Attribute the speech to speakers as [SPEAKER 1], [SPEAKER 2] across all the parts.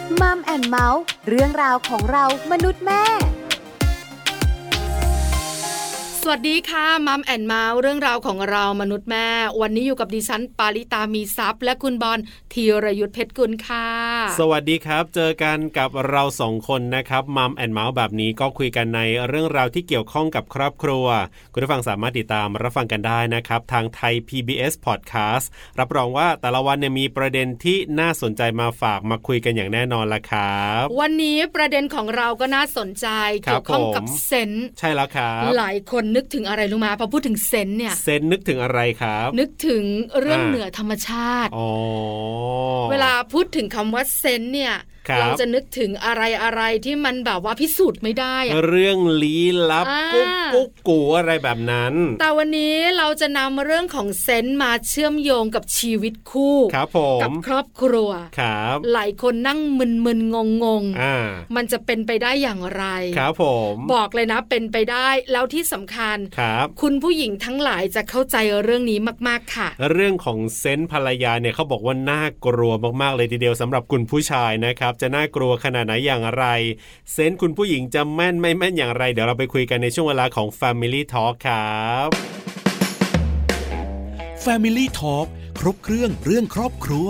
[SPEAKER 1] มัมแอนด์เมาส์เรื่องราวของเรามนุษย์แม่
[SPEAKER 2] สวัสดีค่ะมัมแอนเมาส์เรื่องราวของเรามนุษย์แม่วันนี้อยู่กับดิฉันปาริตามีทรัพย์และคุณบอลธีรยุทธเพชรกุลค่ะ
[SPEAKER 3] สวัสดีครับเจอกันกับเราสองคนนะครับมัมแอนเมาส์แบบนี้ก็คุยกันในเรื่องราวที่เกี่ยวข้องกับครอบครัวคุณผู้ฟังสามารถติดตามรับฟังกันได้นะครับทางไทย PBS Podcast รับรองว่าแต่ละวันเนี่ยมีประเด็นที่น่าสนใจมาฝากมาคุยกันอย่างแน่นอนละครับ
[SPEAKER 2] วันนี้ประเด็นของเราก็น่าสนใจเกี่ยวข้องกับเซนส์
[SPEAKER 3] ใช่แล้วครับ
[SPEAKER 2] หลายคนนึกถึงอะไรรู้ไหมพอพูดถึงเซนส์เนี่ย
[SPEAKER 3] เซนส์นึกถึงอะไรครับ
[SPEAKER 2] นึกถึงเรื่องเหนือธรรมชาติเวลาพูดถึงคำว่าเซนส์เนี่ยเราจะนึกถึงอะไรที่มันแบบว่าพิสูจน์ไม่ได้
[SPEAKER 3] เรื่องลี้ลับกุ๊กกูอะไรแบบนั้น
[SPEAKER 2] แต่วันนี้เราจะนำเรื่องของเซนส์มาเชื่อมโยงกับชีวิตคู่กับครอบครัวหลายคนนั่งมึนๆงงมันจะเป็นไปได้อย่างไร
[SPEAKER 3] ครับผม
[SPEAKER 2] บอกเลยนะเป็นไปได้แล้วที่สำคัญคุณผู้หญิงทั้งหลายจะเข้าใจเรื่องนี้มากๆค่ะ
[SPEAKER 3] เรื่องของเซนส์ภรรยาเนี่ยเขาบอกว่าน่ากลัวมากๆเลยทีเดียวสำหรับคุณผู้ชายนะครับจะน่ากลัวขนาดไหนอย่างไรเซนส์คุณผู้หญิงจะแม่นไม่แม่นอย่างไรเดี๋ยวเราไปคุยกันในช่วงเวลาของ Family Talk ครับ
[SPEAKER 4] Family Talk ครบเครื่องครอบครัว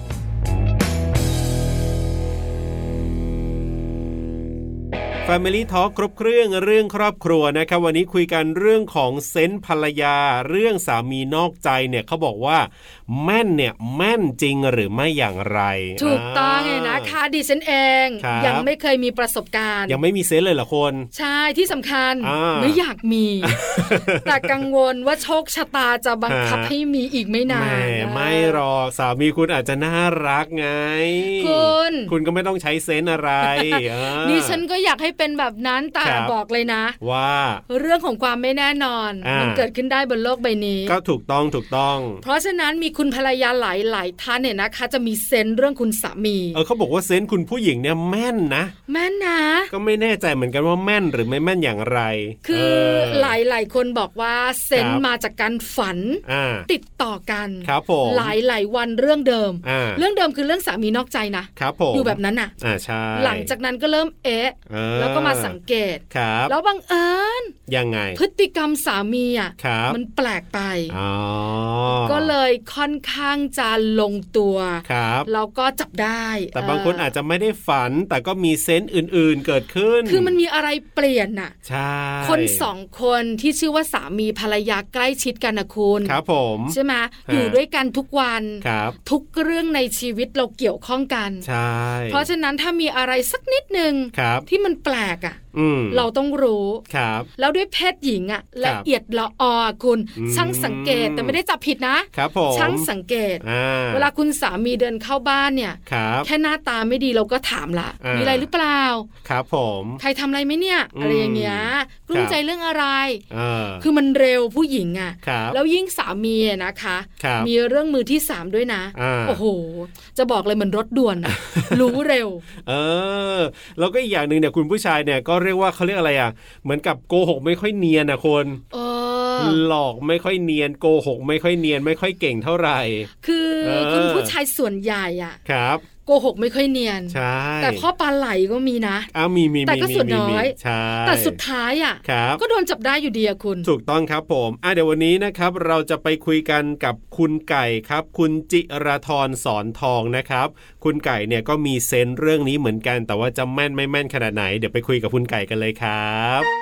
[SPEAKER 3] Family Talk ครบเครื่องครอบครัวนะครับวันนี้คุยกันเรื่องของเซนส์ภรรยาเรื่องสามีนอกใจเนี่ยเขาบอกว่าแม่นเนี่ยแม่นจริงหรือไม่อย่างไร
[SPEAKER 2] ถูกต้องไงนะคะดิฉันเองยังไม่เคยมีประสบการณ์
[SPEAKER 3] ยังไม่มีเซนส์เลยเหรอคน
[SPEAKER 2] ใช่ที่สำคัญไม่อยากมี แต่กังวลว่าโชคชะตาจะบังคับให้มีอีกไม่นาน
[SPEAKER 3] ไม่หรอกสามีคุณอาจจะน่ารักไงคุณก็ไม่ต้องใช้เซนส์อะไร
[SPEAKER 2] ดิฉันก็อยากให้เป็นแบบนั้นแต่บอกเลยนะ
[SPEAKER 3] ว่า
[SPEAKER 2] เรื่องของความไม่แน่นอนมันเกิดขึ้นได้บนโลกใบนี้
[SPEAKER 3] ก็ถูกต้อง
[SPEAKER 2] เพราะฉะนั้นมีคุณภรรยาหลายท่านเนี่ยนะคะจะมีเซนส์เรื่องคุณสามี
[SPEAKER 3] เขาบอกว่าเซนส์คุณผู้หญิงเนี่ยแม่นนะ
[SPEAKER 2] แม่นนะ
[SPEAKER 3] ก็ไม่แน่ใจเหมือนกันว่าแม่นหรือไม่แม่นอย่างไร
[SPEAKER 2] คือหลายคนบอกว่าเซนส์มาจากการฝันติดต่อกันหลายวันเรื่องเดิมคือเรื่องสามีนอกใจนะอยู่แบบนั้นน่ะหลังจากนั้นก็เริ่มแล้วก็มาสังเกตแล้วบังเอิญ
[SPEAKER 3] ยังไง
[SPEAKER 2] พฤติกรรมสามีอ่ะมันแปลกไปก็เลยค่อนข้างจะลงตัวแล้วก็จับได้
[SPEAKER 3] แต่บางคนอาจจะไม่ได้ฝันแต่ก็มีเซนส์อื่นๆเกิดขึ้น
[SPEAKER 2] คือมันมีอะไรเปลี่ยนน่ะ
[SPEAKER 3] ใช่
[SPEAKER 2] คนสองคนที่ชื่อว่าสามีภรรยาใกล้ชิดกันนะคุณ
[SPEAKER 3] ครับผม
[SPEAKER 2] ใช่ไหมอยู่ด้วยกันทุกวันทุกเรื่องในชีวิตเราเกี่ยวข้องกัน
[SPEAKER 3] ใช่
[SPEAKER 2] เพราะฉะนั้นถ้ามีอะไรสักนิดนึงที่มันแปลกอ่ะเราต้องรู้แล้วด้วยเพศหญิงอ่ะละเอียดละออคุณช่างสังเกตแต่ไม่ได้จับผิดนะช่างสังเกตเวลาคุณสามีเดินเข้าบ้านเนี่ยแค่หน้าตาไม่ดีเราก็ถามละมีอะไรหรือเปล่า
[SPEAKER 3] ครับผม
[SPEAKER 2] ใครทำอะไรไหมเนี่ยอะไรอย่างเงี้ยกลุ้มใจเรื่องอะไรคือมันเร็วผู้หญิงอ่ะแล้วยิ่งสามีนะคะมีเรื่องมือที่3ด้วยนะโอ้โหจะบอกเลยมันรถด่วนรู้เร็ว
[SPEAKER 3] แล้วก็อีกอย่างนึงเนี่ยคุณผู้ชายเนี่ยก็เรียกว่าเขาเรียกอะไรอ่ะเหมือนกับโกหกไม่ค่อยเนียนนะคนหลอกไม่ค่อยเนียนโกหกไม่ค่อยเนียนไม่ค่อยเก่งเท่าไหร่
[SPEAKER 2] คือคุณผู้ชายส่วนใหญ่อ่ะ
[SPEAKER 3] ครับ
[SPEAKER 2] โกหกไม่ค่อยเนียนแต่ข้อปลาไหลก็มีนะ
[SPEAKER 3] มี
[SPEAKER 2] แต่ก็ส่วนน้อยแต่สุดท้ายอ่ะก็โดนจับได้อยู่ดีอะคุณ
[SPEAKER 3] ถูกต้องครับผมเดี๋ยววันนี้นะครับเราจะไปคุยกันกับคุณไก่ครับคุณจิราธรสอนทองนะครับคุณไก่เนี่ยก็มีเซนส์เรื่องนี้เหมือนกันแต่ว่าจะแม่นไม่แม่นขนาดไหนเดี๋ยวไปคุยกับคุณไก่กันเลยครับ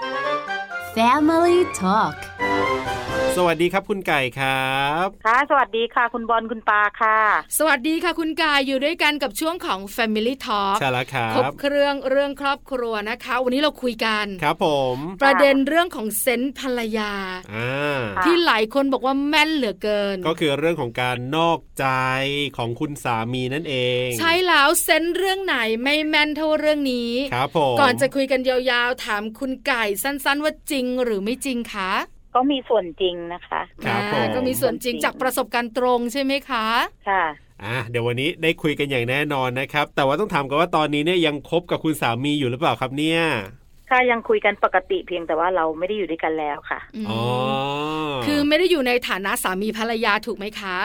[SPEAKER 1] Family Talk
[SPEAKER 3] สวัสดีครับคุณไก่ครับ
[SPEAKER 5] ค่ะสวัสดีค่ะคุณบอลคุณปาค่ะ
[SPEAKER 2] สวัสดีค่ะคุณไก่อยู่ด้วยกันกับช่วงของ Family Talk
[SPEAKER 3] ใช่แล้วครับ
[SPEAKER 2] ครบเครื่องครอบครัวนะคะวันนี้เราคุยกัน
[SPEAKER 3] ครับผม
[SPEAKER 2] ประเด็นเรื่องของเซนส์ภรรยาที่หลายคนบอกว่าแม่นเหลือเกิน
[SPEAKER 3] ก็คือเรื่องของการนอกใจของคุณสามีนั่นเอง
[SPEAKER 2] ใช่แล้วเซนส์เรื่องไหนไม่แม่นเท่าเรื่องนี้
[SPEAKER 3] ครับผม
[SPEAKER 2] ก่อนจะคุยกันยาวๆถามคุณไก่สั้นๆว่าจริงหรือไม่จริงคะ
[SPEAKER 5] ก็มีส่วนจริงนะคะ
[SPEAKER 2] ก็มีส่วนจริงจากประสบการณ์ตรงใช่ไหมคะ
[SPEAKER 5] ค่ะ
[SPEAKER 3] เดี๋ยววันนี้ได้คุยกันอย่างแน่นอนนะครับแต่ว่าต้องถามกันว่าตอนนี้เนี่ยยังคบกับคุณสามีอยู่หรือเปล่าครับเนี่ย
[SPEAKER 5] ค่ะยังคุยกันปกติเพียงแต่ว่าเราไม่ได้อยู่ด้วยกันแล้วค่ะ
[SPEAKER 2] คือไม่ได้อยู่ในฐานะสามีภรรยาถูกไหมคะ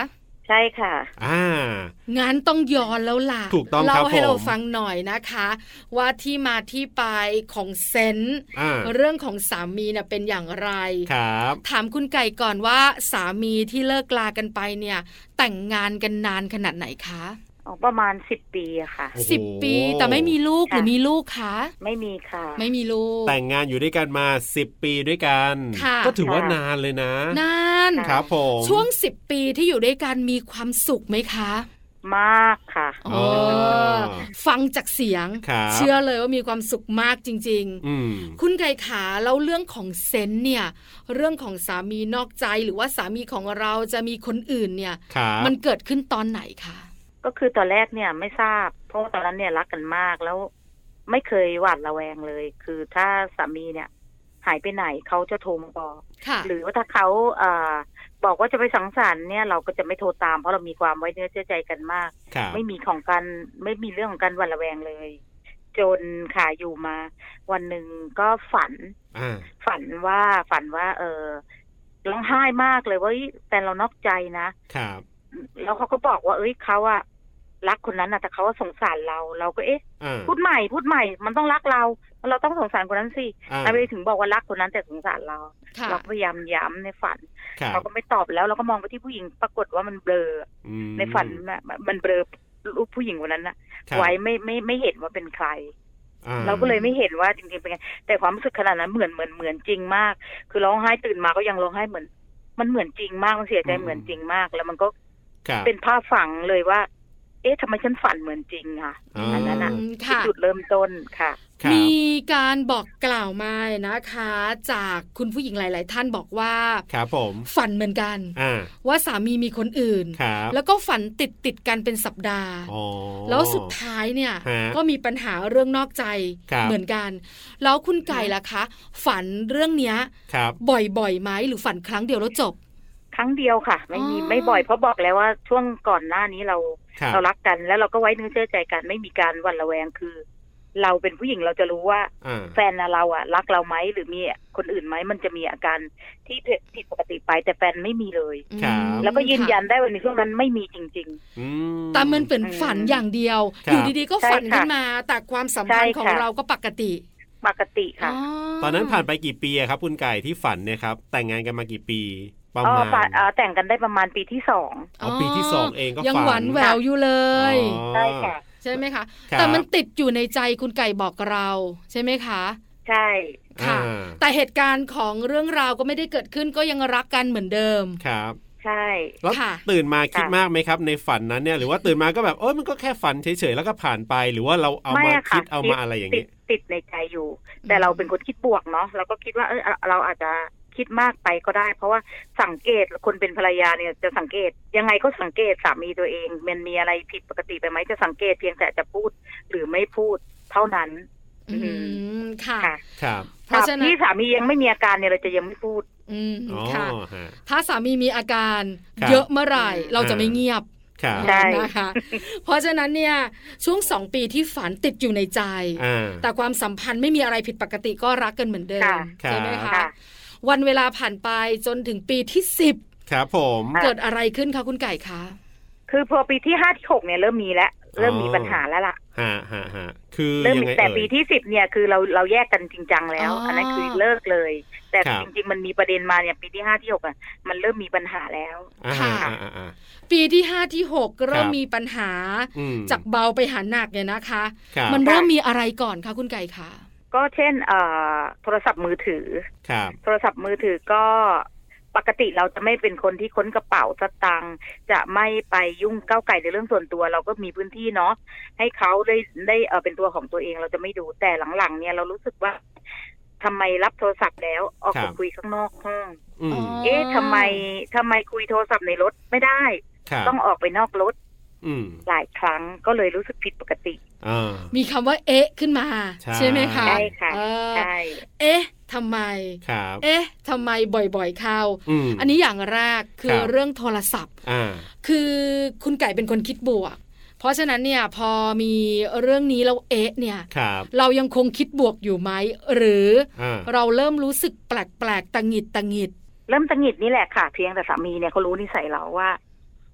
[SPEAKER 5] ใช่ค่ะ
[SPEAKER 2] งั้นต้องย้อนแล้วล่ะ
[SPEAKER 3] ถูกต้องครับ
[SPEAKER 2] เล่าให้เราฟังหน่อยนะคะว่าที่มาที่ไปของเซนส์เรื่องของสามีเนี่ยเป็นอย่างไร
[SPEAKER 3] ครับ
[SPEAKER 2] ถามคุณไก่ก่อนว่าสามีที่เลิกลากันไปเนี่ยแต่งงานกันนานขนาดไหนคะ
[SPEAKER 5] ประมาณ10 ปีอะค่ะ
[SPEAKER 2] 10 ปีแต่ไม่มีลูกหรือมีลูกคะ
[SPEAKER 5] ไม่มีค่ะ
[SPEAKER 2] ไม่มีลูก
[SPEAKER 3] แต่งงานอยู่ด้วยกันมา10 ปีด้วยกันก็ถือว่านานเลยนะ
[SPEAKER 2] นาน
[SPEAKER 3] ครับผม
[SPEAKER 2] ช่วง10 ปีที่อยู่ด้วยกันมีความสุขไหมคะ
[SPEAKER 5] มากค่ะ
[SPEAKER 2] ฟังจากเสียงเชื่อเลยว่ามีความสุขมากจริงๆคุณไก่ขาแล้วเรื่องของเซนส์เนี่ยเรื่องของสามีนอกใจหรือว่าสามีของเราจะมีคนอื่นเนี่ยมันเกิดขึ้นตอนไหนคะ
[SPEAKER 5] ก็คือตอนแรกเนี่ยไม่ทราบเพราะตอนนั้นเนี่ยรักกันมากแล้วไม่เคยหวาดระแวงเลยคือถ้าสามีเนี่ยหายไปไหนเขาจะโทรมาบอกหรือว่าถ้าเขาบอกว่าจะไปสังสรรค์เนี่ยเราก็จะไม่โทรตามเพราะเรามีความไว้เนื้อเชื่อใจกันมากไม่มีของกันไม่มีเรื่องของการหวาดระแวงเลยจนค่ะอยู่มาวันหนึ่งก็ฝันว่าร้องไห้มากเลยว่าแต่เรานอกใจนะครับแล้วเขาก็บอกว่าเขาอะรักคนนั้นนะแต่เขาสงสารเราก็พูดใหม่มันต้องรักเราต้องสงสารคนนั้นสิเราไปถึงบอกว่ารักคนนั้นแต่สงสารเราพยายามย้ำในฝันเขาก็ไม่ตอบแล้วเราก็มองไปที่ผู้หญิงปรากฏว่ามันเบลอในฝันมันเบลอรูปผู้หญิงคนนั้นนะไว้ไม่เห็นว่าเป็นใครเราก็เลยไม่เห็นว่าจริงๆเป็นไงแต่ความรู้สึกขนาดนั้นเหมือนจริงมากคือร้องไห้ตื่นมาก็ยังร้องไห้เหมือนมันเหมือนจริงมากมันเสียใจเหมือนจริงมากแล้วมันก็เป็นภาพฝังเลยว่าทำไมฉันฝันเหมือนจริงค่ะอันนั้นจุดเริ่มต้นค่ะ
[SPEAKER 2] มีการบอกกล่าวมานะคะจากคุณผู้หญิงหลายๆท่านบอกว่า
[SPEAKER 3] ครับผม
[SPEAKER 2] ฝันเหมือนกันว่าสามีมีคนอื่นแล้วก็ฝันติดกันเป็นสัปดาห์แล้วสุดท้ายเนี่ยก็มีปัญหาเรื่องนอกใจเหมือนกันแล้วคุณไก่ล่ะคะฝันเรื่องเนี้ยบ่อยๆไหมหรือฝันครั้งเดียวแล้วจบ
[SPEAKER 5] ครั้งเดียวค่ะไม่บ่อยเพราะบอกแล้วว่าช่วงก่อนหน้านี้เรารักกันแล้วเราก็ไว้เนื้อเชื่อใจกันไม่มีการหวั่นระแวงคือเราเป็นผู้หญิงเราจะรู้ว่าแฟนเราอ่ะรักเราไหมหรือมีคนอื่นไหมมันจะมีอาการที่ผิดปกติไปแต่แฟนไม่มีเลยแล้วก็ยืนยันได้ว่าในช่วงนั้นไม่มีจริง
[SPEAKER 2] ๆแต่มันเป็นฝันอย่างเดียวอยู่ดีๆก็ฝันขึ้นมาแต่ความสัมพันธ์ของเราก็ปกติ
[SPEAKER 5] ค่ะ
[SPEAKER 3] ตอนนั้นผ่านไปกี่ปีครับคุณไก่ที่ฝันเนี่ยครับแต่งงานกันมากี่ปีประมาณ
[SPEAKER 5] แต่งกันได้ประมาณปีที่2
[SPEAKER 3] ปีที่2เองก็
[SPEAKER 2] ยังหวานแววอยู่เลย
[SPEAKER 5] ใช่ค่ะ
[SPEAKER 2] ใช่ไหมคะแต่มันติดอยู่ในใจคุณไก่บอกเราใช่ไหมคะ
[SPEAKER 5] ใช่
[SPEAKER 2] ค่ะแต่เหตุการณ์ของเรื่องราวก็ไม่ได้เกิดขึ้นก็ยังรักกันเหมือนเดิม
[SPEAKER 3] ครับ
[SPEAKER 5] ใช่
[SPEAKER 3] แล้วตื่นมาคิดมากไหมครับในฝันนั้นเนี่ยหรือว่าตื่นมาก็แบบมันก็แค่ฝันเฉยๆแล้วก็ผ่านไปหรือว่าเราเอามาคิดเอามาอะไรอย่างนี้
[SPEAKER 5] ติดในใจอยู่แต่เราเป็นคนคิดบวกเนาะเราก็คิดว่าเราอาจจะคิดมากไปก็ได้เพราะว่าสังเกตคนเป็นภรรยาเนี่ยจะสังเกตยังไงก็สังเกตสามีตัวเองมันมีอะไรผิดปกติไปไหมจะสังเกตเพียงแต่จะพูดหรือไม่พูดเท่านั้น
[SPEAKER 2] ค่ะ
[SPEAKER 3] ครับ
[SPEAKER 5] เพราะฉะนั้นที่สามียังไม่มีอาการเนี่ยเราจะยังไม่พูด
[SPEAKER 2] ค่ะถ้าสามีมีอาการเยอะเมื่อไหร่เราจะไม่เงียบนะคะเพราะฉะนั้นเนี่ยช่วง2 ปีที่ฝันติดอยู่ในใจแต่ความสัมพันธ์ไม่มีอะไรผิดปกติก็รักกันเหมือนเดิมใช่ไหมคะวันเวลาผ่านไปจนถึงปีที่10
[SPEAKER 3] ครับผม
[SPEAKER 2] เกิดอะไรขึ้นคะคุณไก่คะ
[SPEAKER 5] คือพอปีที่5ที่6เนี่ยเริ่มมีแล้วเริ่มมีปัญหาแล้วล่ะ
[SPEAKER 3] คือ
[SPEAKER 5] เริ่มมีแต่ปีที่10เนี่ยคือเราแยกกันจริงจังแล้วอันนั้นคือเลิกเลยแต่จริงๆมันมีประเด็นมาเนี่ยปีที่5ที่6อ่ะมันเริ่มมีปัญหาแล้ว
[SPEAKER 2] ค่ะปีที่5ที่6เริ่มมีปัญหาจากเบาไปหาหนักเนี่ยนะคะมันเริ่มมีอะไรก่อนคะคุณไก่คะ
[SPEAKER 5] ก็เช่นโทรศัพท์มือถือโทรศัพท์มือถือก็ปกติเราจะไม่เป็นคนที่ค้นกระเป๋าสตางค์จะไม่ไปยุ่งก้าวไก่ในเรื่องส่วนตัวเราก็มีพื้นที่เนาะให้เขาได้เป็นตัวของตัวเองเราจะไม่ดูแต่หลังๆเนี่ยเรารู้สึกว่าทำไมรับโทรศัพท์แล้วออกไปคุยข้างนอกห้องทำไมคุยโทรศัพท์ในรถไม่ได้ต้องออกไปนอกรถหลายครั้งก็เลยรู้สึกผิดปกติ
[SPEAKER 2] มีคำว่าขึ้นมาใช่ไหมคะ
[SPEAKER 5] ใช่ค่ะใช่
[SPEAKER 2] ทำไมทำไมบ่อยๆเข้าอันนี้อย่างแรกคือเรื่องโทรศัพท์คือคุณไก่เป็นคนคิดบวกเพราะฉะนั้นเนี่ยพอมีเรื่องนี้เราเนี่ยเรายังคงคิดบวกอยู่ไหมหรือเราเริ่มรู้สึกแปลกๆตังหิด
[SPEAKER 5] เริ่มตังหิดนี่แหละค่ะเพียงแต่สามีเนี่ยเขารู้นิสัยเราว่า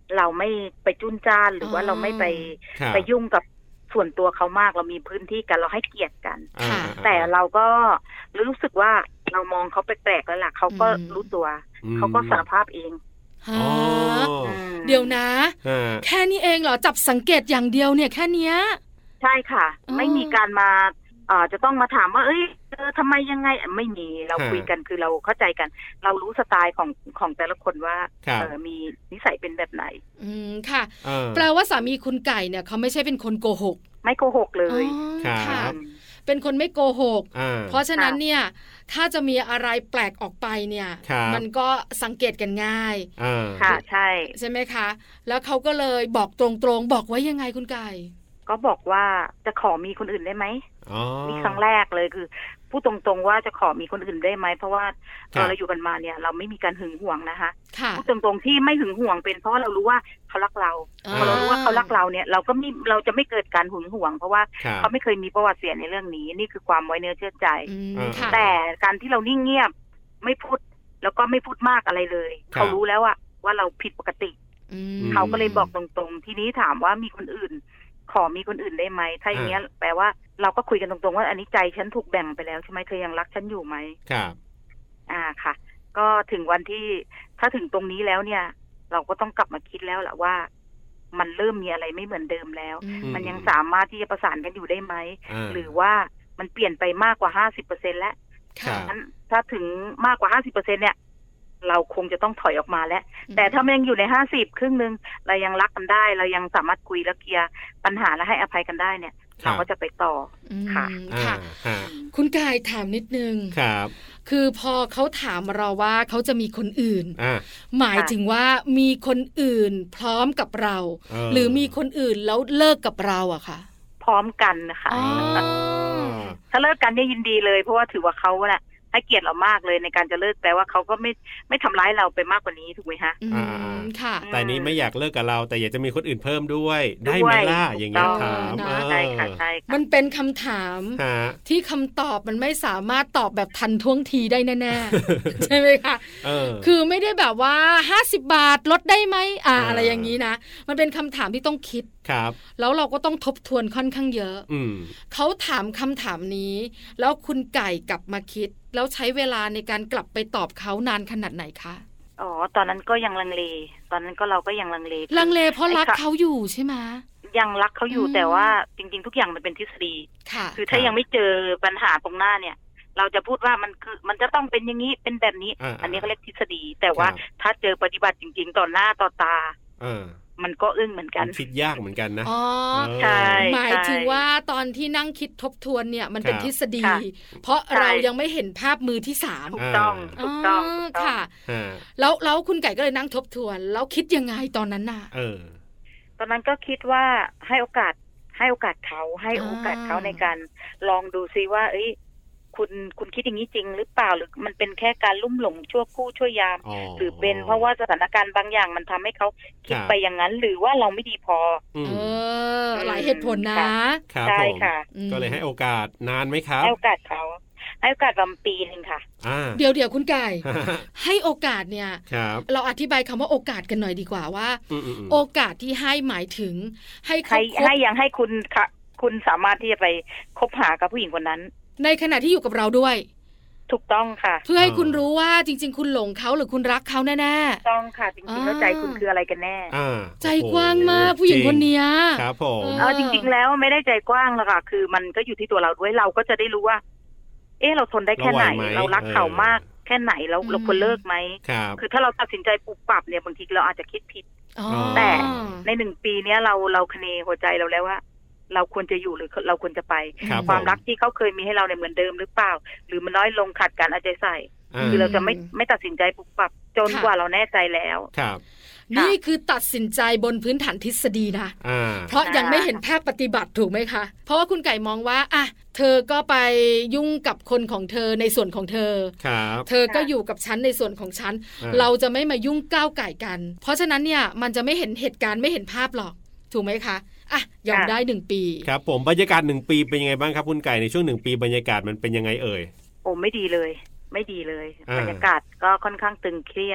[SPEAKER 5] เราไม่ไปจุนจ้านหรือว่าเราไม่ไปยุ่งกับส่วนตัวเขามากเรามีพื้นที่กันเราให้เกียรติกันแต่เราก็รู้สึกว่าเรามองเขาแปลกๆแล้วล่ะเขาก็รู้ตัวเขาก็สารภาพเอง
[SPEAKER 2] เดี๋ยวนะแค่นี้เองเหรอจับสังเกตอย่างเดียวเนี่ยแค่เนี้ย
[SPEAKER 5] ใช่ค่ะไม่มีการมาจะต้องมาถามว่าเอ้ยทำไมยังไงไม่มีเราคุยกันคือเราเข้าใจกันเรารู้สไตล์ของแต่ละคนว่ามีนิสัยเป็นแบบไหน
[SPEAKER 2] ค่ะแปลว่าสามีคุณไก่เนี่ยเขาไม่ใช่เป็นคนโกหก
[SPEAKER 5] ไม่โกหกเลย
[SPEAKER 2] ค่ะเป็นคนไม่โกหกเพราะฉะนั้นเนี่ยถ้าจะมีอะไรแปลกออกไปเนี่ยมันก็สังเกตกันง่าย
[SPEAKER 5] ค่ะใช่
[SPEAKER 2] ใช่ไหมคะแล้วเขาก็เลยบอกตรงๆบอกว่ายังไงคุณไก่
[SPEAKER 5] ก็บอกว่าจะขอมีคนอื่นได้ไหมนี่ครั้งแรกเลยคือพูดตรงๆว่าจะขอมีคนอื่นได้ไหมเพราะว่าเราอยู่กันมาเนี่ยเราไม่มีการหึงหวงนะคะพูดตรงๆที่ไม่หึงหวงเป็นเพราะว่าเรารู้ว่าเขารักเราพอเรารู้ว่าเขารักเราเนี่ยเราจะไม่เกิดการหึงหวงเพราะว่าเขาไม่เคยมีประวัติเสียในเรื่องนี้นี่คือความไว้เนื้อเชื่อใจแต่การที่เรานิ่งเงียบไม่พูดแล้วก็ไม่พูดมากอะไรเลยเขารู้แล้วว่าเราผิดปกติเขาก็เลยบอกตรงๆทีนี้ถามว่ามีคนอื่นขอมีคนอื่นได้ไหมถ้าอย่างเงี้ยแปลว่าเราก็คุยกันตรงๆว่าอันนี้ใจฉันถูกแบ่งไปแล้วใช่ไหมเธอยังรักฉันอยู่ไหม
[SPEAKER 3] ครับ
[SPEAKER 5] ค่ะก็ถึงวันที่ถ้าถึงตรงนี้แล้วเนี่ยเราก็ต้องกลับมาคิดแล้วแหละว่ามันเริ่มมีอะไรไม่เหมือนเดิมแล้วมันยังสามารถที่จะประสานกันอยู่ได้ไหมหรือว่ามันเปลี่ยนไปมากกว่า 50% แล้วถ้าถึงมากกว่า 50% เนี่ยเราคงจะต้องถอยออกมาแล้วแต่ถ้ามันยังอยู่ใน50ครึ่งนึงเรายังรักกันได้เรายังสามารถคุยและเคลียร์ปัญหาและให้อภัยกันได้เนี่ยเราก็จะไปต่อค่ะ
[SPEAKER 2] คุณกายถามนิดนึง
[SPEAKER 3] ครับ
[SPEAKER 2] คือพอเขาถามเราว่าเขาจะมีคนอื่นหมายถึงว่ามีคนอื่นพร้อมกับเราหรือมีคนอื่นแล้วเลิกกับเราอะค่ะ
[SPEAKER 5] พร้อมกันนะคะถ้าเลิกกันเนี่ยยินดีเลยเพราะว่าถือว่าเขาแหละให้เกียรติเรามากเลยในการจะเลิกแต่ว่าเขาก็ไม่ทำร้ายเราไปมากกว่านี้ถูกไหมฮะ
[SPEAKER 2] ค่ะ
[SPEAKER 3] แต่นี้ไม่อยากเลิกกับเราแต่อยากจะมีคนอื่นเพิ่มด้วยได้ไหมล่ะอย่างเงี้ยถาม
[SPEAKER 5] ใช่ค่ะใช่
[SPEAKER 2] มันเป็นคำถามที่คำตอบมันไม่สามารถตอบแบบทันท่วงทีได้แน่ๆใช่ไหมคะคือไม่ได้แบบว่า50 บาทลดได้ไหมอะไรอย่างนี้นะมันเป็นคำถามที่ต้องคิดแล้วเราก็ต้องทบทวนค่อนข้างเยอะเขาถามคำถามนี้แล้วคุณไก่กลับมาคิดแล้วใช้เวลาในการกลับไปตอบเขานานขนาดไหนคะ
[SPEAKER 5] ตอนนั้นก็ยังลังเลตอนนั้นก็เราก็ยังลังเล
[SPEAKER 2] เพราะรักเขาอยู่ใช่ไหม
[SPEAKER 5] ยังรักเขาอยู่แต่ว่าจริงๆทุกอย่างมันเป็นทฤษฎีคือถ้ายังไม่เจอปัญหาตรงหน้าเนี่ยเราจะพูดว่ามันจะต้องเป็นอย่างนี้เป็นแบบนี้อันนี้เขาเรียกทฤษฎีแต่ว่าถ้าเจอปฏิบัติจริงๆต่อหน้าต่อตามันก็อึ้งเหมือนกัน
[SPEAKER 3] คิดยากเหมือนกันนะ
[SPEAKER 5] ใช่
[SPEAKER 2] หมายถึงว่าตอนที่นั่งคิดทบทวนเนี่ยมันเป็นทฤษฎีเพราะเรายังไม่เห็นภาพมือที่3
[SPEAKER 5] ถูกต้อง
[SPEAKER 2] ค่ะแล้วคุณไก่ก็เลยนั่งทบทวนแล้วคิดยังไงตอนนั้นน่ะ
[SPEAKER 5] ตอนนั้นก็คิดว่าให้โอกาสเขาให้โอกาสเขาในการลองดูซิว่าคุณคิดอย่างนี้จริงหรือเปล่าหรือมันเป็นแค่การลุ่มหลงชั่วครู่ชั่วยามหรือเป็นเพราะว่าสถานการณ์บางอย่างมันทำให้เขาคิดไปอย่างนั้นหรือว่าเราไม่ดีพอ
[SPEAKER 2] หลายเหตุผลนะ
[SPEAKER 5] ใช่ค่ะ
[SPEAKER 3] ก็เลยให้โอกาสนานไหมครับ
[SPEAKER 5] ให้โอกาสเขาให้โอกาสประมาณปีนึงค่ะ
[SPEAKER 2] เดี๋ยวคุณไก่ให้โอกาสเนี่ยเราอธิบายคำว่าโอกาสกันหน่อยดีกว่าว่าโอกาสที่ให้หมายถึงให้
[SPEAKER 5] ยังให้คุณสามารถที่จะไปคบหากับผู้หญิงคนนั้น
[SPEAKER 2] ในขณะที่อยู่กับเราด้วย
[SPEAKER 5] ถูกต้องค่ะ
[SPEAKER 2] เพื่อให้คุณรู้ว่าจริงๆคุณหลงเขาหรือคุณรักเขาแน่
[SPEAKER 5] ๆต้องค่ะจริงๆแล้วใจคุณคืออะไรกันแน่
[SPEAKER 2] ใจกว้างมากผู้หญิงคนนี้
[SPEAKER 3] ครับผม
[SPEAKER 5] จริงๆแล้วไม่ได้ใจกว้างหรอกค่ะคือมันก็อยู่ที่ตัวเราด้วยเราก็จะได้รู้ว่าเราทนได้แค่ไหนเรารักเขามากแค่ไหนเราควรเลิกไหมคือถ้าเราตัดสินใจปุบปับเนี่ยบางทีเราอาจจะคิดผิดแต่ใน1 ปีนี้เราคะเนหัวใจเราแล้วว่าเราควรจะอยู่หรือเราควรจะไปความรักที่เขาเคยมีให้เราเนี่ยเหมือนเดิมหรือเปล่าหรือมันน้อยลงขาดการเอาใจใส่คือเราจะไม่ตัดสินใจปุบปับจนกว่าเราแน่ใจแล้ว
[SPEAKER 2] นี่คือตัดสินใจบนพื้นฐานทฤษฎีนะเพราะยังไม่เห็นภาคปฏิบัติถูกไหมคะเพราะว่าคุณไก่มองว่าเธอก็ไปยุ่งกับคนของเธอในส่วนของเธอเธอก็อยู่กับฉันในส่วนของฉันเราจะไม่มายุ่งก้าวไก่กันเพราะฉะนั้นเนี่ยมันจะไม่เห็นเหตุการณ์ไม่เห็นภาพหรอกถูกไหมคะยอมได้1 ปี
[SPEAKER 3] ครับผมบรรยากาศ1 ปีเป็นยังไงบ้างครับคุณไก่ในช่วง1 ปีบรรยากาศมันเป็นยังไงเอ่ย
[SPEAKER 5] ไม่ดีเลยบรรยากาศก็ค่อนข้างตึงเครียด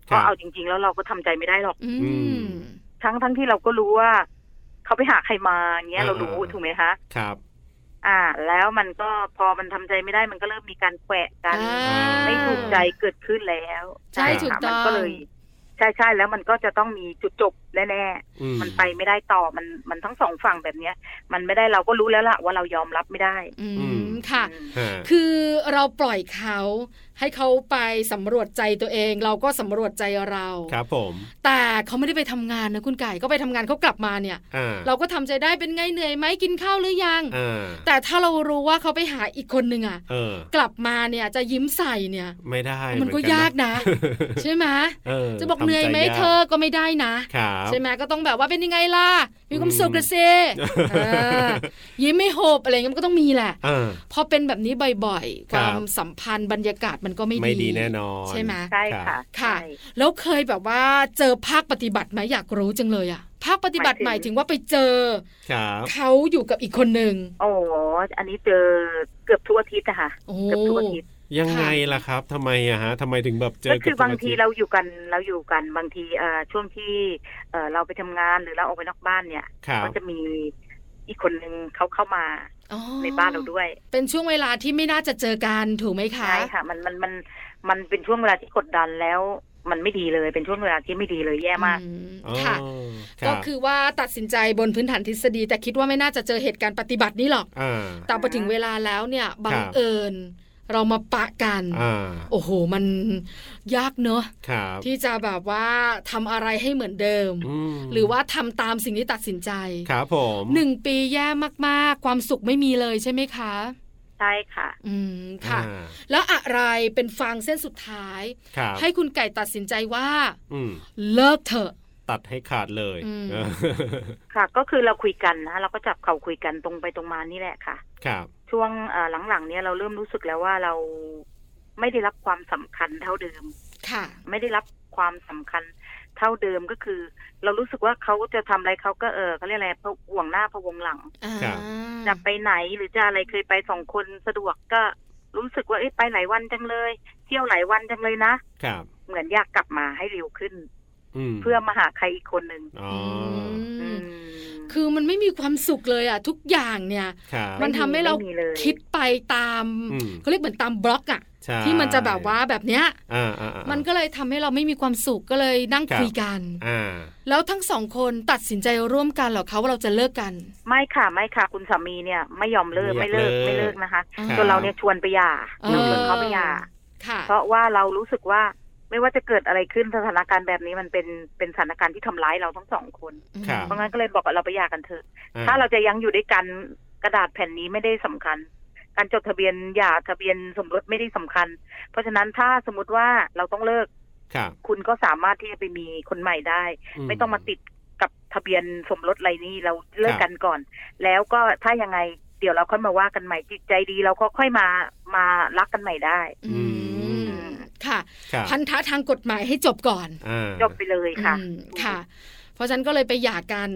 [SPEAKER 5] เพราะเอาจริงๆแล้วเราก็ทำใจไม่ได้หรอกทั้งที่เราก็รู้ว่าเขาไปหาใครมาเงี้ยเรารู้ถูกไหมคะ
[SPEAKER 3] ครับ
[SPEAKER 5] แล้วมันก็พอมันทำใจไม่ได้มันก็เริ่มมีการแขวะกันไม่ถูกใจเกิดขึ้นแล้ว
[SPEAKER 2] ใช่ถูกต้อง
[SPEAKER 5] มันก็เลยใช่แล้วมันก็จะต้องมีจุดจบแน่ๆมันไปไม่ได้ต่อมันทั้งสองฝั่งแบบเนี้ยมันไม่ได้เราก็รู้แล้วล่ะว่าเรายอมรับไม่ได้
[SPEAKER 2] ค่ะคือเราปล่อยเขาให้เขาไปสำรวจใจตัวเองเราก็สำรวจใจเรา
[SPEAKER 3] ครับผม
[SPEAKER 2] แต่เขาไม่ได้ไปทำงานนะคุณไก่ก็ไปทำงานเขากลับมาเนี่ยเราก็ทำใจได้เป็นไงเหนื่อยไหมกินข้าวหรือยังแต่ถ้าเรารู้ว่าเขาไปหาอีกคนนึงกลับมาเนี่ยจะยิ้มใส่เนี่ย
[SPEAKER 3] ไม่ได้
[SPEAKER 2] มันก็ยากนะใช่ไหมจะบอกเหนื่อยไหมเธอก็ไม่ได้นะใช่ไหมก็ต้องแบบว่าเป็นยังไงล่ะมีความสุขกระเซยิ้มไม่โหบอะไรเงี้ยมันก็ต้องมีแหละพอเป็นแบบนี้บ่อยๆความสัมพันธ์บรรยากาศมันก็ไม่ดี
[SPEAKER 3] แน่นอน
[SPEAKER 2] ใช่ไหม
[SPEAKER 5] ใช่ค่ะ
[SPEAKER 2] แล้วเคยแบบว่าเจอภาคปฏิบัติไหมอยากรู้จังเลยอ่ะภาคปฏิบัติหมายถึงว่าไปเจอเขาอยู่กับอีกคนนึง
[SPEAKER 5] อันนี้เจอเกือบทุกอาทิตย์อะค่ะเกือบทุกอาทิตย์
[SPEAKER 3] ยังไงล่ะครับทำไมอะฮะทำไมถึงแบบเจอ
[SPEAKER 5] ก็คือบางทีเราอยู่กันบางทีช่วงที่เราไปทำงานหรือเราออกไปนอกบ้านเนี่ยก็จะมีอีกคนนึงเขาเข้ามาในบ้านเราด้วย
[SPEAKER 2] เป็นช่วงเวลาที่ไม่น่าจะเจอกันถูกไหมคะ
[SPEAKER 5] ใช่ค่ะมันเป็นช่วงเวลาที่กดดันแล้วมันไม่ดีเลยเป็นช่วงเวลาที่ไม่ดีเลยแย่มาก
[SPEAKER 2] ค่ะก็คือว่าตัดสินใจบนพื้นฐานทฤษฎีแต่คิดว่าไม่น่าจะเจอเหตุการณ์ปฏิบัตินี้หรอกแต่พอถึงเวลาแล้วเนี่ยบังเอิญเรามาปะกันโอ้โหมันยากเนอะที่จะแบบว่าทำอะไรให้เหมือนเดิมหรือว่าทำตามสิ่งที่ตัดสินใจ
[SPEAKER 3] ครับผม
[SPEAKER 2] 1 ปีแย่มากๆความสุขไม่มีเลยใช่ไหมคะ
[SPEAKER 5] ใช่ค่ะ
[SPEAKER 2] ค่ะแล้วอะไรเป็นฟางเส้นสุดท้ายให้คุณไก่ตัดสินใจว่าเลิกเถอะ
[SPEAKER 3] ตัดให้ขาดเลย
[SPEAKER 5] ค่ะก็คือเราคุยกันนะเราก็จับเข่าคุยกันตรงไปตรงมานี่แหละค่ะ
[SPEAKER 3] ครับ
[SPEAKER 5] ช่วงหลังๆเนี่ยเราเริ่มรู้สึกแล้วว่าเราไม่ได้รับความสำคัญเท่าเดิม
[SPEAKER 2] ค่ะ
[SPEAKER 5] ไม่ได้รับความสำคัญเท่าเดิมก็คือเรารู้สึกว่าเขาจะทำอะไรเขาก็เขาเรียกอะไรห่วงหน้าพะวงหลังจะไปไหนหรือจะอะไรเคยไป2 คนสะดวกก็รู้สึกว่าไปหลายวันจังเลยเที่ยวหลายวันจังเลยนะครับเหมือนอยากกลับมาให้เร็วขึ้นเพื่อมาหาใครอีกคนนึง
[SPEAKER 2] คือมันไม่มีความสุขเลยอ่ะทุกอย่างเนี่ยมันทำให้เราคิดไปตามเขาเรียกเหมือนตามบล็อกอ่ะที่มันจะแบบว่าแบบเนี้ยมันก็เลยทำให้เราไม่มีความสุขก็เลยนั่งคุยกันแล้วทั้ง2 คนตัดสินใจร่วมกันเหรอคะว่าเราจะเลิกกัน
[SPEAKER 5] ไม่ค่ะคุณสามีเนี่ยไม่ยอมเลิกไม่เลิกนะคะจนเราเนี่ยชวนไปหย่าชวนเขาไปหย่าเพราะว่าเรารู้สึกว่าไม่ว่าจะเกิดอะไรขึ้นสถานการณ์แบบนี้มันเป็นสถานการณ์ที่ทำร้ายเราทั้ง2 คนเพราะงั้นก็เลยบอกว่าเราไปหย่ากันเถอะถ้าเราจะยังอยู่ด้วยกันกระดาษแผ่นนี้ไม่ได้สำคัญการจดทะเบียนหย่าทะเบียนสมรสไม่ได้สำคัญเพราะฉะนั้นถ้าสมมติว่าเราต้องเลิกคุณก็สามารถที่จะไปมีคนใหม่ได้ไม่ต้องมาติดกับทะเบียนสมรสอะไรนี่เราเลิกกันก่อนแล้วก็ถ้ายังไงเดี๋ยวเราค่อยมาว่ากันใหม่จิตใจดีเราก็ค่อยมารักกันใหม่ได้
[SPEAKER 2] ค่ะพันธะทางกฎหมายให้จบก่อน
[SPEAKER 5] จบไปเลยค่ะ
[SPEAKER 2] ค่ะเพราะฉะนั้นก็เลยไปหย่ากัน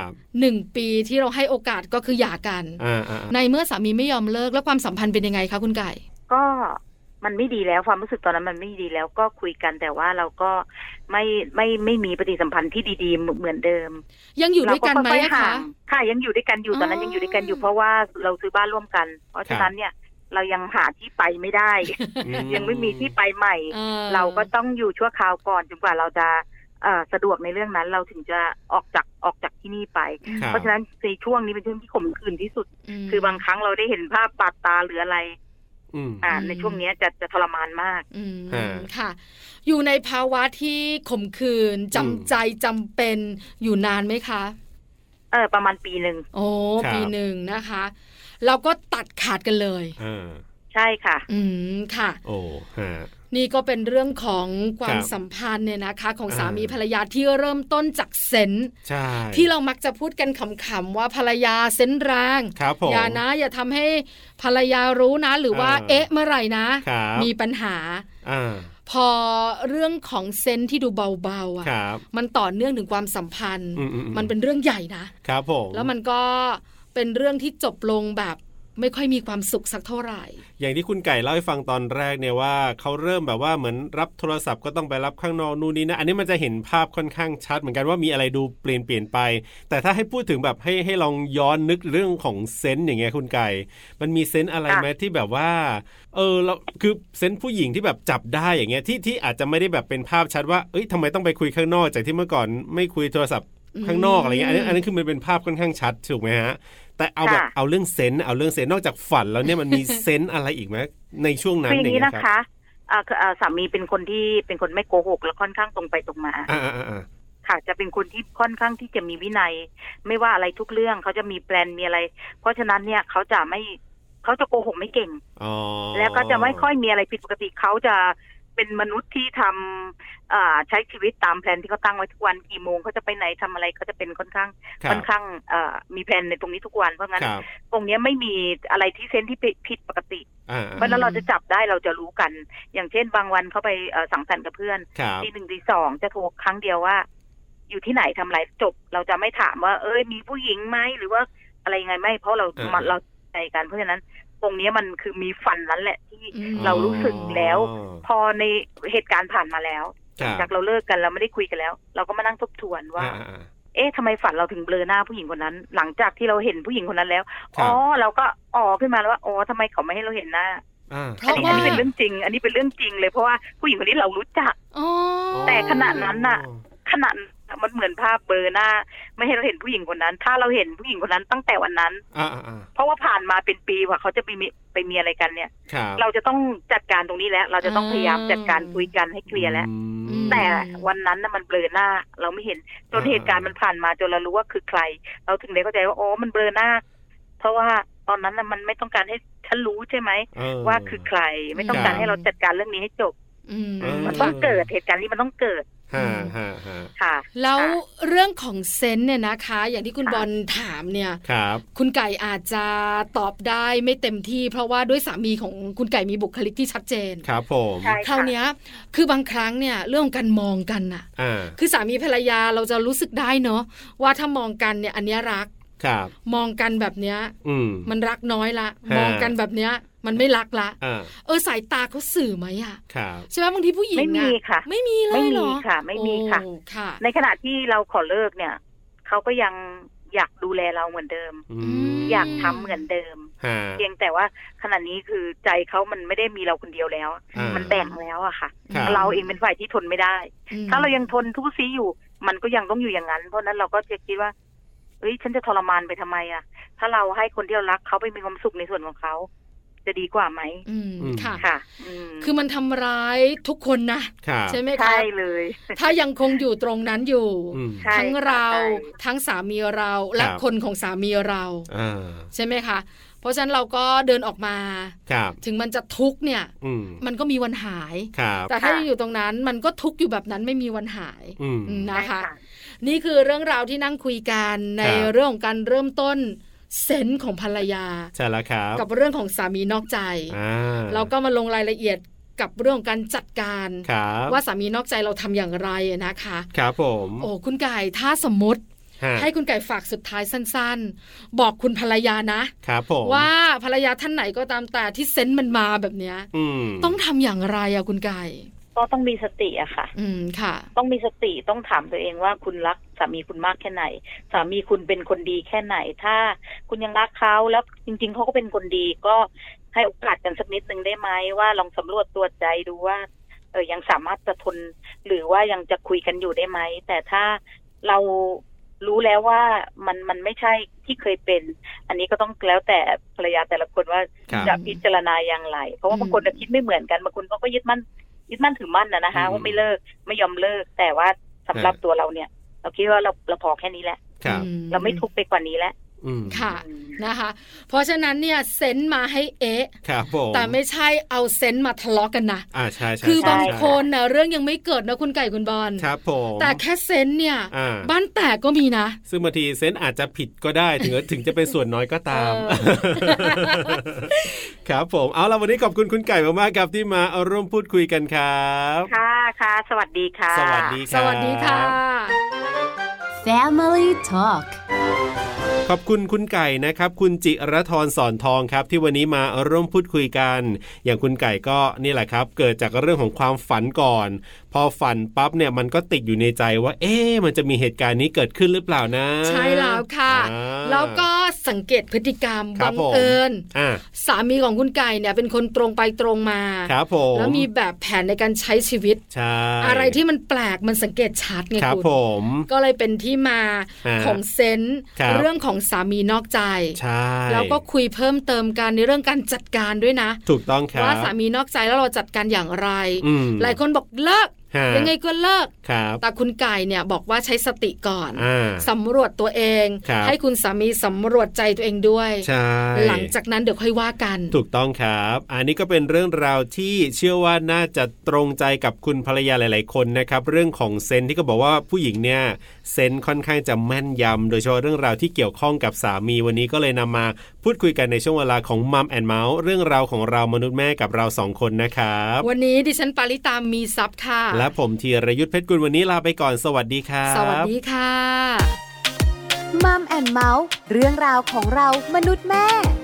[SPEAKER 2] 1 ปีที่เราให้โอกาสก็คือหย่ากันในเมื่อสามีไม่ยอมเลิกแล้วความสัมพันธ์เป็นยังไงคะคุณไก่
[SPEAKER 5] ก็มันไม่ดีแล้วความรู้สึกตอนนั้นมันไม่ดีแล้วก็คุยกันแต่ว่าเราก็ไม่มีปฏิสัมพันธ์ที่ดีๆเหมือนเดิม
[SPEAKER 2] ยังอยู่ด้วยกันไหมคะ
[SPEAKER 5] ค่ะยังอยู่ด้วยกันอยู่ตอนนั้นยังอยู่ด้วยกันอยู่เพราะว่าเราซื้อบ้านร่วมกันเพราะฉะนั้นเนี่ยเรายังหาที่ไปไม่ได้ ยังไม่มีที่ไปใหม่เราก็ต้องอยู่ชั่วคราวก่อนจนกว่าเราจะสะดวกในเรื่องนั้นเราถึงจะออกจากที่นี่ไปเพราะฉะนั้นในช่วงนี้เป็นช่วงที่ขมขื่นที่สุดคือบางครั้งเราได้เห็นภาพบาดตาหรืออะไรในช่วงนี้จะทรมานมาก
[SPEAKER 2] ค่ะอยู่ในภาวะที่ขมขื่นจำใจจำเป็นอยู่นานไหมคะ
[SPEAKER 5] ประมาณปีนึง
[SPEAKER 2] โอ้ปีนึงนะคะเราก็ตัดขาดกันเลย
[SPEAKER 5] ใช่ค่ะ
[SPEAKER 2] ค่ะ
[SPEAKER 3] โอ้
[SPEAKER 2] นี่ก็เป็นเรื่องของความสัมพันธ์เนี่ยนะคะของสามีภรรยาที่เริ่มต้นจากเซนส์ที่เรามักจะพูดกันขำๆว่าภรรยาเซนส์แรงอย่านะอย่าทำให้ภรรยารู้นะหรือว่าเมื่อไหร่นะมีปัญหาพอเรื่องของเซนส์ที่ดูเบาๆอ่ะมันต่อเนื่องถึงความสัมพันธ์มันเป็นเรื่องใหญ่นะครับผมแล้วมันก็เป็นเรื่องที่จบลงแบบไม่ค่อยมีความสุขสักเท่าไหร่
[SPEAKER 3] อย่างที่คุณไก่เล่าให้ฟังตอนแรกเนี่ยว่าเขาเริ่มแบบว่าเหมือนรับโทรศัพท์ก็ต้องไปรับข้างนอกนู่นนี่นะอันนี้มันจะเห็นภาพค่อนข้างชัดเหมือนกันว่ามีอะไรดูเปลี่ยนไปแต่ถ้าให้พูดถึงแบบให้ลองย้อนนึกเรื่องของเซนส์อย่างเงี้ยคุณไก่มันมีเซนส์อะไรไหมที่แบบว่าเราคือเซนส์ผู้หญิงที่แบบจับได้อย่างเงี้ยที่อาจจะไม่ได้แบบเป็นภาพชัดว่าทำไมต้องไปคุยข้างนอกจากที่เมื่อก่อนไม่คุยโทรศัพท์ข้างนอกอะไรเงี้ยอันนี้คือมันเป็นภาพค่อนข้างชัดถูกไหมฮะแต่เอาเรื่องเซนส์นอกจากฝันแล้วเนี่ยมันมีเซนส์อะไรอีกไหมในช่วงนั้นอย่างนี้
[SPEAKER 5] นะคะสามีเป็นคนไม่โกหกและค่อนข้างตรงไปตรงมาค่ะจะเป็นคนที่ค่อนข้างที่จะมีวินัยไม่ว่าอะไรทุกเรื่องเขาจะมีแปลนมีอะไรเพราะฉะนั้นเนี่ยเขาจะโกหกไม่เก่งแล้วก็จะไม่ค่อยมีอะไรผิดปกติเขาจะเป็นมนุษย์ที่ทำใช้ชีวิตตามแผนที่เขาตั้งไว้ทุกวันกี่โมงเขาจะไปไหนทำอะไรเขาจะเป็นค่อนข้างมีแผนในตรงนี้ทุกวันเพราะงั้นตรงนี้ไม่มีอะไรที่เซนที่ผิดปกติเพราะนั้นเราจะจับได้เราจะรู้กันอย่างเช่นบางวันเขาไปสังสรรค์กับเพื่อนตี 1 ตี 2จะโทรครั้งเดียวว่าอยู่ที่ไหนทำอะไรจบเราจะไม่ถามว่ามีผู้หญิงไหมหรือว่าอะไรยังไงไม่เพราะเราใจกันเพราะฉะนั้นตรงนี้มันคือมีฟันนั้นแหละที่เรารู้สึกแล้วพอในเหตุการณ์ผ่านมาแล้วจากเราเลิกกันเราไม่ได้คุยกันแล้วเราก็มานั่งทบทวนว่าทำไมฝันเราถึงเบลอหน้าผู้หญิงคนนั้นหลังจากที่เราเห็นผู้หญิงคนนั้นแล้วเราก็ขึ้นมาแล้วว่าทำไมเขาไม่ให้เราเห็นหน้าเพราะว่าอันนี้เป็นเรื่องจริงอันนี้เป็นเรื่องจริงเลยเพราะว่าผู้หญิงคนนี้เรารู้จักแต่ขณะนั้นน่ะมันเหมือนภาพเบลอหน้าไม่ให้เราเห็นผู้หญิงคนนั้นถ้าเราเห็นผู้หญิงคนนั้นตั้งแต่วันนั้นเพราะว่าผ่านมาเป็นปีกว่าเขาจะไปมีอะไรกันเนี่ยเราจะต้องจัดการตรงนี้แล้วเราจะต้องพยายามจัดการคุยกันให้เคลียร์แล้วแต่วันนั้นน่ะมันเบลอหน้าเราไม่เห็นจนเหตุการณ์มันผ่านมาจนเรารู้ว่าคือใครเราถึงได้เข้าใจว่ามันเบลอหน้าเพราะว่าตอนนั้นน่ะมันไม่ต้องการให้ฉันรู้ใช่ไหมว่าคือใครไม่ต้องการให้เราจัดการเรื่องนี้ให้จบมันต้องเกิดเหตุการณ์นี้มันต้องเกิด
[SPEAKER 2] ค่ะแล้วเรื่องของเซนส์เนี่ยนะคะอย่างที่คุณบอลถามเนี่ยคุณไก่อาจจะตอบได้ไม่เต็มที่เพราะว่าด้วยสามีของคุณไก่มีบุคลิกที่ชัดเจน
[SPEAKER 3] ครับผม
[SPEAKER 2] คราวนี้คือบางครั้งเนี่ยเรื่องของการมองกันน่ะคือสามีภรรยาเราจะรู้สึกได้เนาะว่าถ้ามองกันเนี่ยอันนี้รักมองกันแบบเนี้ยมันรักน้อยละมองกันแบบเนี้ยมันไม่รักละสายตาเขาสื่อไหมอ่ะใช่ไหมบางทีผู้หญิง
[SPEAKER 5] ไม่มีค่ะ
[SPEAKER 2] ไม่มีเลยเหรอ
[SPEAKER 5] ไม่มีค่ะในขณะที่เราขอเลิกเนี่ยเขาก็ยังอยากดูแลเราเหมือนเดิมอยากทำเหมือนเดิมเพียงแต่ว่าขณะนี้คือใจเขามันไม่ได้มีเราคนเดียวแล้วมันแบ่งแล้วอะค่ะเราเองเป็นฝ่ายที่ทนไม่ได้ถ้าเรายังทนทุกซีอยู่มันก็ยังต้องอยู่อย่างนั้นเพราะนั้นเราก็จะคิดว่าฉันจะทรมานไปทำไมอะถ้าเราให้คนที่เรารักเขาไปมีความสุขในส่วนของเขาจะดีกว่าไหม
[SPEAKER 2] ค่ะคือมันทำร้ายทุกคนนะใช่ไหมคะ
[SPEAKER 5] ใช่เลย
[SPEAKER 2] ถ้ายังคงอยู่ตรงนั้นอยู่ทั้งเราทั้งสามีเราและคนของสามีเราใช่ไหมคะเพราะฉะนั้นเราก็เดินออกมาถึงมันจะทุกข์เนี่ยมันก็มีวันหายแต่ถ้าอยู่ตรงนั้นมันก็ทุกข์อยู่แบบนั้นไม่มีวันหายนะคะนี่คือเรื่องราวที่นั่งคุยกันในเรื่องของการเริ่มต้นเซนส์ของภรรยา
[SPEAKER 3] ใช่แล้วครับ
[SPEAKER 2] กับเรื่องของสามีนอกใจเราก็มาลงรายละเอียดกับเรื่องของการจัดการว่าสามีนอกใจเราทำอย่างไรนะคะ
[SPEAKER 3] ครับผม
[SPEAKER 2] คุณไก่ถ้าสมมติให้คุณไก่ฝากสุดท้ายสั้นๆบอกคุณภรรยานะครับผมว่าภรรยาท่านไหนก็ตามแต่ที่เซนส์มันมาแบบเนี้ยต้องทำอย่างไรอะคุณไก่
[SPEAKER 5] ก็ต้องมีสติอะค่ะ
[SPEAKER 2] ค่ะ
[SPEAKER 5] ต้องมีสติต้องถามตัวเองว่าคุณรักสามีคุณมากแค่ไหนสามีคุณเป็นคนดีแค่ไหนถ้าคุณยังรักเขาแล้วจริงๆเขาก็เป็นคนดีก็ให้โอกาสกันสักนิดนึงได้ไหมว่าลองสำรวจตัวใจดูว่ายังสามารถจะทนหรือว่ายังจะคุยกันอยู่ได้ไหมแต่ถ้าเรารู้แล้วว่ามันไม่ใช่ที่เคยเป็นอันนี้ก็ต้องแล้วแต่ภรรยาแต่ละคนว่าจะพิจารณาอย่างไรเพราะว่าบางคนคิดไม่เหมือนกันบางคนก็ยึดมั่นถือมั่นนะคะว่าไม่เลิกไม่ยอมเลิกแต่ว่าสำหรับตัวเราเนี่ยเราคิดว่าเราพอแค่นี้แหละเราไม่ทุกข์ไปกว่านี้แล้ว
[SPEAKER 2] ค่ะนะคะเพราะฉะนั้นเนี่ยเซนส์มาให้แต่ไม่ใช่เอาเซนส์มาทะเลาะกันนะ
[SPEAKER 3] ใช่
[SPEAKER 2] คือบางคนนะเรื่องยังไม่เกิดนะคุณไก่คุณบอล
[SPEAKER 3] ครับผม
[SPEAKER 2] แต่แค่เซนส์เนี่ยบ้านแตกก็มีนะ
[SPEAKER 3] ซึ่งบางทีเซนส์อาจจะผิดก็ได้ถึงจะเป็นส่วนน้อยก็ตามครับผมเอาล่ะวันนี้ขอบคุณคุณไก่มากๆครับที่มาร่วมพูดคุยกันครับ
[SPEAKER 5] ค่ะสวัสดีค่ะ
[SPEAKER 3] สวัสดีค่ะ
[SPEAKER 2] สวัสดีค่ะ
[SPEAKER 1] Family Talk
[SPEAKER 3] ขอบคุณคุณไก่นะครับคุณจิรธรสอนทองครับที่วันนี้มาร่วมพูดคุยกันอย่างคุณไก่ก็นี่แหละครับเกิดจากเรื่องของความฝันก่อนพอฝันปั๊บเนี่ยมันก็ติดอยู่ในใจว่ามันจะมีเหตุการณ์นี้เกิดขึ้นหรือเปล่านะ
[SPEAKER 2] ใช่แล้วค่ะแล้วก็สังเกตพฤติกรรมบังเอิญสามีของคุณไก่เนี่ยเป็นคนตรงไปตรงมา
[SPEAKER 3] ครับผม
[SPEAKER 2] แล้วมีแบบแผนในการใช้ชีวิตอะไรที่มันแปลกมันสังเกตชัดไงคุณก็เลยเป็นที่มาของเซนส์เรื่องของสามีนอกใจแล้วก็คุยเพิ่มเติมกันในเรื่องการจัดการด้วยนะ
[SPEAKER 3] ถูกต้องครับ
[SPEAKER 2] ว่าสามีนอกใจแล้วเราจัดการอย่างไรหลายคนบอกเลิกยังไงก็เลิกแต่คุณไก่เนี่ยบอกว่าใช้สติก่อนสำรวจตัวเองให้คุณสามีสำรวจใจตัวเองด้วยหลังจากนั้นเดี๋ยวค่อยว่ากัน
[SPEAKER 3] ถูกต้องครับอันนี้ก็เป็นเรื่องราวที่เชื่อว่าน่าจะตรงใจกับคุณภรรยาหลายๆคนนะครับเรื่องของเซนที่ก็บอกว่าผู้หญิงเนี่ยเซนค่อนข้างจะแม่นยำโดยเฉพาะเรื่องราวที่เกี่ยวข้องกับสามีวันนี้ก็เลยนำมาพูดคุยกันในช่วงเวลาของมัมแอนด์เมาส์เรื่องราวของเรามนุษย์แม่กับเรา2คนนะครับ
[SPEAKER 2] วันนี้ดิฉันปาริตามีซับค่ะ
[SPEAKER 3] และผมธีรยุทธเพชรกุลวันนี้ลาไปก่อนสวัสดีครับ
[SPEAKER 2] สวัสดีค่ะ
[SPEAKER 1] มัมแอนด์เมาส์เรื่องราวของเรามนุษย์แม่